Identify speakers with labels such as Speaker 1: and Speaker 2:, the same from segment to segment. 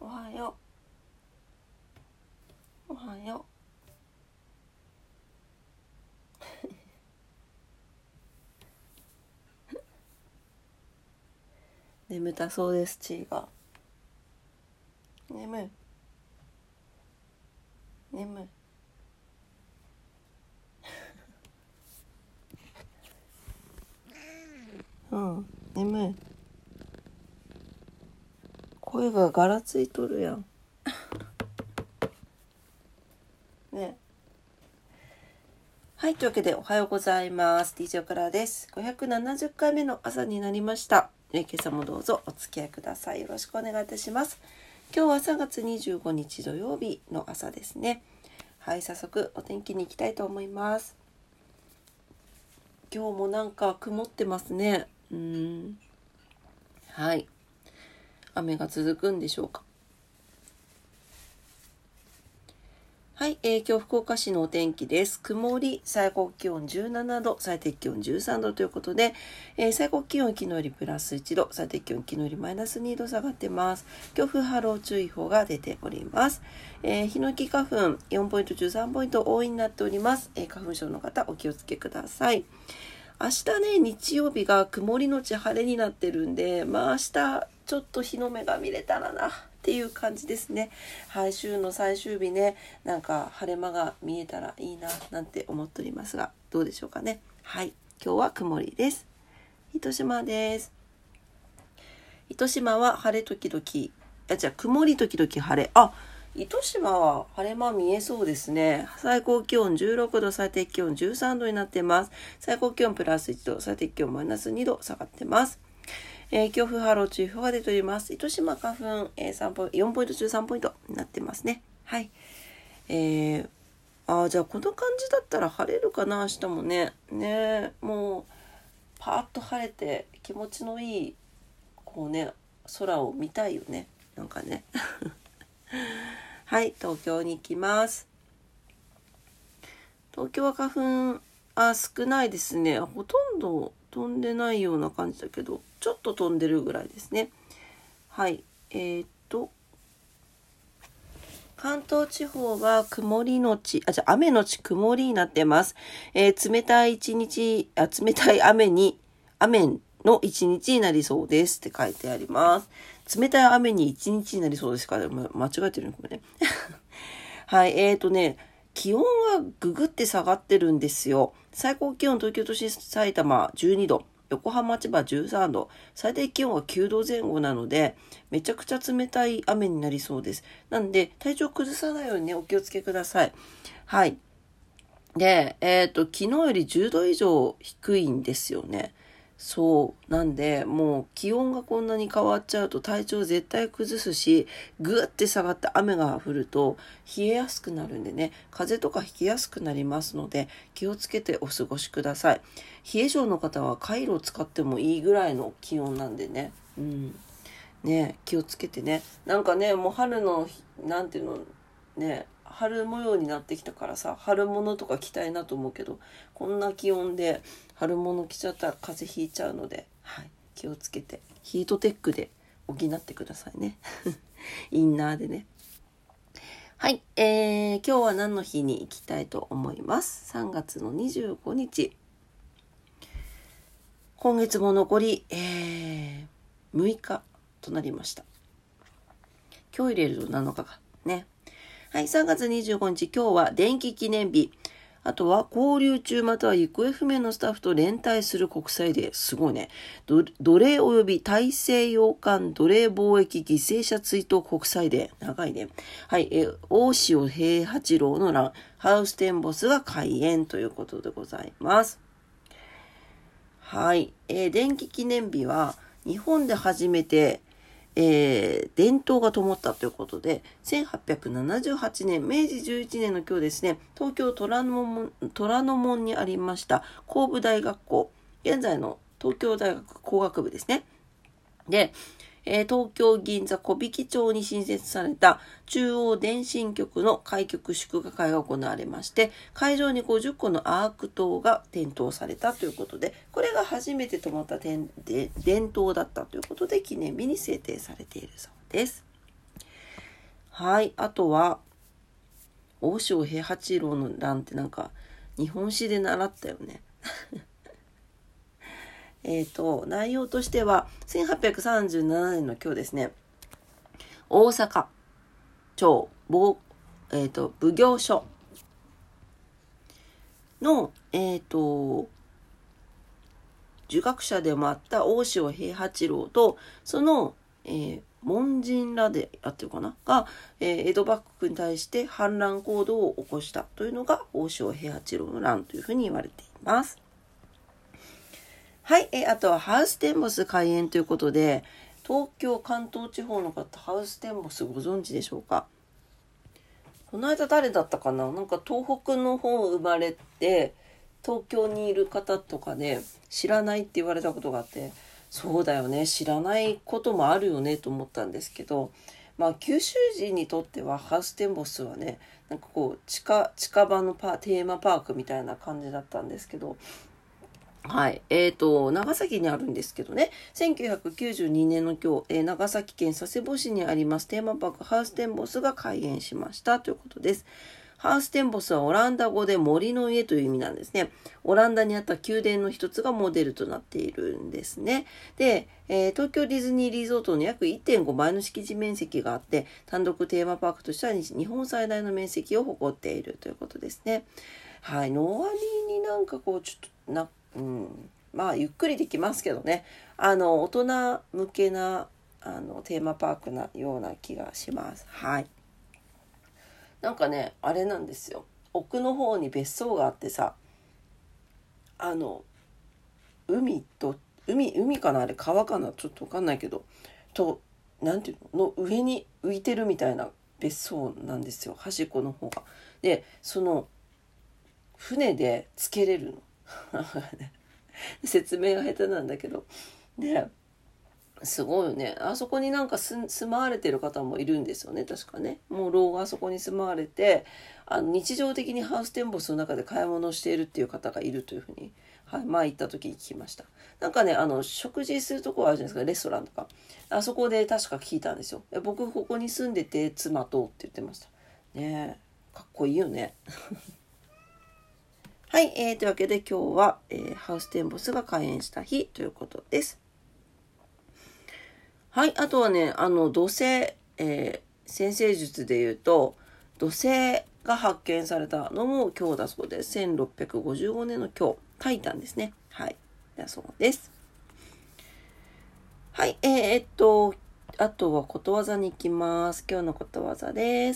Speaker 1: おはよう。おはよう。眠たそうです、ちーが。眠い。眠い。うん、眠い。声がガラついとるやん。ね。はい、というわけでおはようございます。DJ からです。570回目の朝になりました。今朝もどうぞお付き合いください。よろしくお願いいたします。今日は3月25日土曜日の朝ですね。はい、早速お天気に行きたいと思います。今日もなんか曇ってますね。はい。雨が続くんでしょうか。はい、今日福岡市のお天気です。曇り、最高気温17度、最低気温13度ということで、最高気温昨日よりプラス1度、最低気温昨日よりマイナス2度下がってます。強風波浪注意報が出ております。ヒノキ花粉4ポイント13ポイント多いになっております。花粉症の方お気をつけください。明日ね、日曜日が曇りのち晴れになってるんで、明日ちょっと日の目が見れたらなっていう感じですね。はい、週の最終日ね、なんか晴れ間が見えたらいいななんて思っておりますが、どうでしょうかね。はい、今日は曇りです。糸島です。糸島は晴れ時々、曇り時々晴れ。糸島は晴れ間見えそうですね。最高気温16度、最低気温13度になってます。最高気温プラス1度、最低気温マイナス2度下がってます。強風波浪注意報が出ております。糸島花粉、4ポイント中3ポイントになってますね。はい。じゃあこの感じだったら晴れるかな、明日もね。ね、もうパーッと晴れて気持ちのいいこうね、空を見たいよね。なんかね。はい、東京に行きます。東京は花粉少ないですね。ほとんど飛んでないような感じだけど、ちょっと飛んでるぐらいですね。はい。関東地方は雨のち曇りになってます。冷たい雨の一日になりそうですって書いてあります。冷たい雨に一日になりそうですから、間違えてるのかもね。はい、気温はぐぐって下がってるんですよ。最高気温東京都心埼玉12度。横浜千葉13度、最低気温は9度前後なので、めちゃくちゃ冷たい雨になりそうです。なんで、体調崩さないようにね、お気をつけください。はい。で、昨日より10度以上低いんですよね。そう。なんで、もう気温がこんなに変わっちゃうと体調絶対崩すし、ぐーって下がって雨が降ると冷えやすくなるんでね、風邪とかひきやすくなりますので、気をつけてお過ごしください。冷え性の方はカイロを使ってもいいぐらいの気温なんでね。ね、気をつけてね。なんかね、もう春の、なんていうの、ね、春模様になってきたからさ、春物とか着たいなと思うけど、こんな気温で春物着ちゃったら風邪ひいちゃうので、はい、気をつけてヒートテックで補ってくださいね。インナーでね。はい、今日は何の日に行きたいと思います。3月の25日。今月も残り、6日となりました。今日入れると7日かね。はい、3月25日、今日は電気記念日。あとは、交流中または行方不明のスタッフと連帯する国際デー。すごいね。奴隷及び大西洋間奴隷貿易犠牲者追悼国際デー。長いね。はい、大塩平八郎の乱、ハウステンボスが開園ということでございます。はい、電気記念日は、日本で初めて、伝統が灯ったということで、1878年、明治11年の今日ですね、東京虎ノ門にありました工部大学校、現在の東京大学工学部ですね。で、東京銀座小引町に新設された中央電信局の開局祝賀会が行われまして、会場に50個のアーク灯が点灯されたということで、これが初めて灯った伝統だったということで、記念日に制定されているそうです。 はい。あとは、大塩平八郎の乱ってなんか、日本史で習ったよね。内容としては、1837年の今日ですね、大阪庁奉行所の、儒学者でもあった大塩平八郎と、その、門人らであってるかなが、江戸幕府に対して反乱行動を起こしたというのが大塩平八郎の乱というふうに言われています。はい、あとはハウステンボス開園ということで、東京関東地方の方、ハウステンボスご存知でしょうか。この間誰だったかな、なんか東北の方生まれて東京にいる方とかで知らないって言われたことがあって、そうだよね、知らないこともあるよねと思ったんですけど、九州人にとってはハウステンボスはね、なんかこう近場のテーマパークみたいな感じだったんですけど、はい。長崎にあるんですけどね、1992年の今日、長崎県佐世保市にありますテーマパークハウステンボスが開園しましたということです。ハウステンボスはオランダ語で森の家という意味なんですね。オランダにあった宮殿の一つがモデルとなっているんですね。で、東京ディズニーリゾートの約 1.5 倍の敷地面積があって、単独テーマパークとしては日本最大の面積を誇っているということですね。はい。の割になんかこう、ちょっとゆっくりできますけどね、大人向けなテーマパークなような気がします。はい。なんかね、あれなんですよ、奥の方に別荘があってさ、海かな、あれ川かな、ちょっと分かんないけど、なんていうの上に浮いてるみたいな別荘なんですよ、端っこの方が。で、その船でつけれるの説明が下手なんだけど、すごいよね。あそこになんか住まわれてる方もいるんですよね、確かね。もう老後あそこに住まわれて、日常的にハウステンボスの中で買い物をしているっていう方がいるというふうに、はい、行った時に聞きました。なんかね、食事するところあるじゃないですか、レストランとか。あそこで確か聞いたんですよ。僕ここに住んでて妻とって言ってました。ねえ、かっこいいよね。はい、というわけで今日は、ハウステンボスが開園した日ということです。はい、あとはね、土星、占星術でいうと、土星が発見されたのも今日だそうです。1655年の今日、タイタンですね。はい、だそうです。はい、あとはことわざに行きます。今日のことわざです。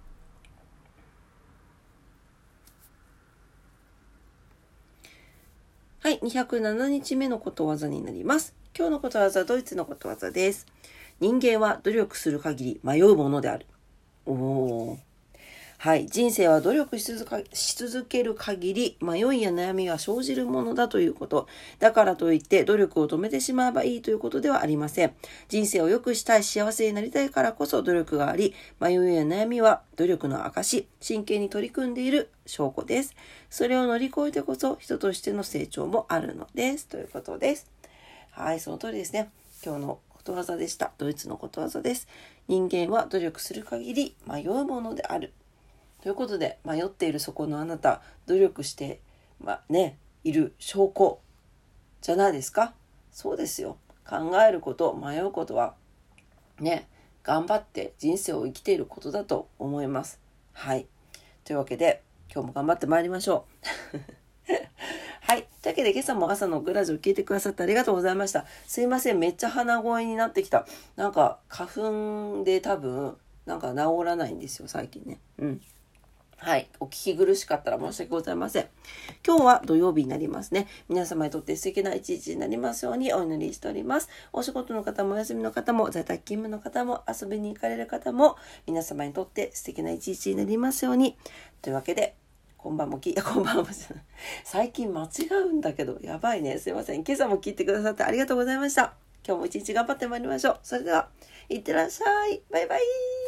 Speaker 1: はい、207日目のことわざになります。今日のことわざはドイツのことわざです。人間は努力する限り迷うものである。はい、人生は努力し続ける限り迷いや悩みが生じるものだということ。だからといって努力を止めてしまえばいいということではありません。人生を良くしたい、幸せになりたいからこそ努力があり、迷いや悩みは努力の証、真剣に取り組んでいる証拠です。それを乗り越えてこそ人としての成長もあるのです。ということです。はい、その通りですね。今日のことわざでした。ドイツのことわざです。人間は努力する限り迷うものである。ということで、迷っているそこのあなた、努力して、いる証拠じゃないですか。そうですよ。考えること、迷うことは、頑張って人生を生きていることだと思います。はい。というわけで、今日も頑張ってまいりましょう。はい。というわけで、今朝も朝のグラジオを聞いてくださってありがとうございました。すいません。めっちゃ鼻声になってきた。なんか、花粉で多分、なんか治らないんですよ、最近ね。はい。お聞き苦しかったら申し訳ございません。今日は土曜日になりますね。皆様にとって素敵な一日になりますようにお祈りしております。お仕事の方もお休みの方も在宅勤務の方も遊びに行かれる方も皆様にとって素敵な一日になりますように。というわけで、こんばんも最近間違うんだけど、やばいね。すいません。今朝も聞いてくださってありがとうございました。今日も一日頑張ってまいりましょう。それでは、いってらっしゃい。バイバイ。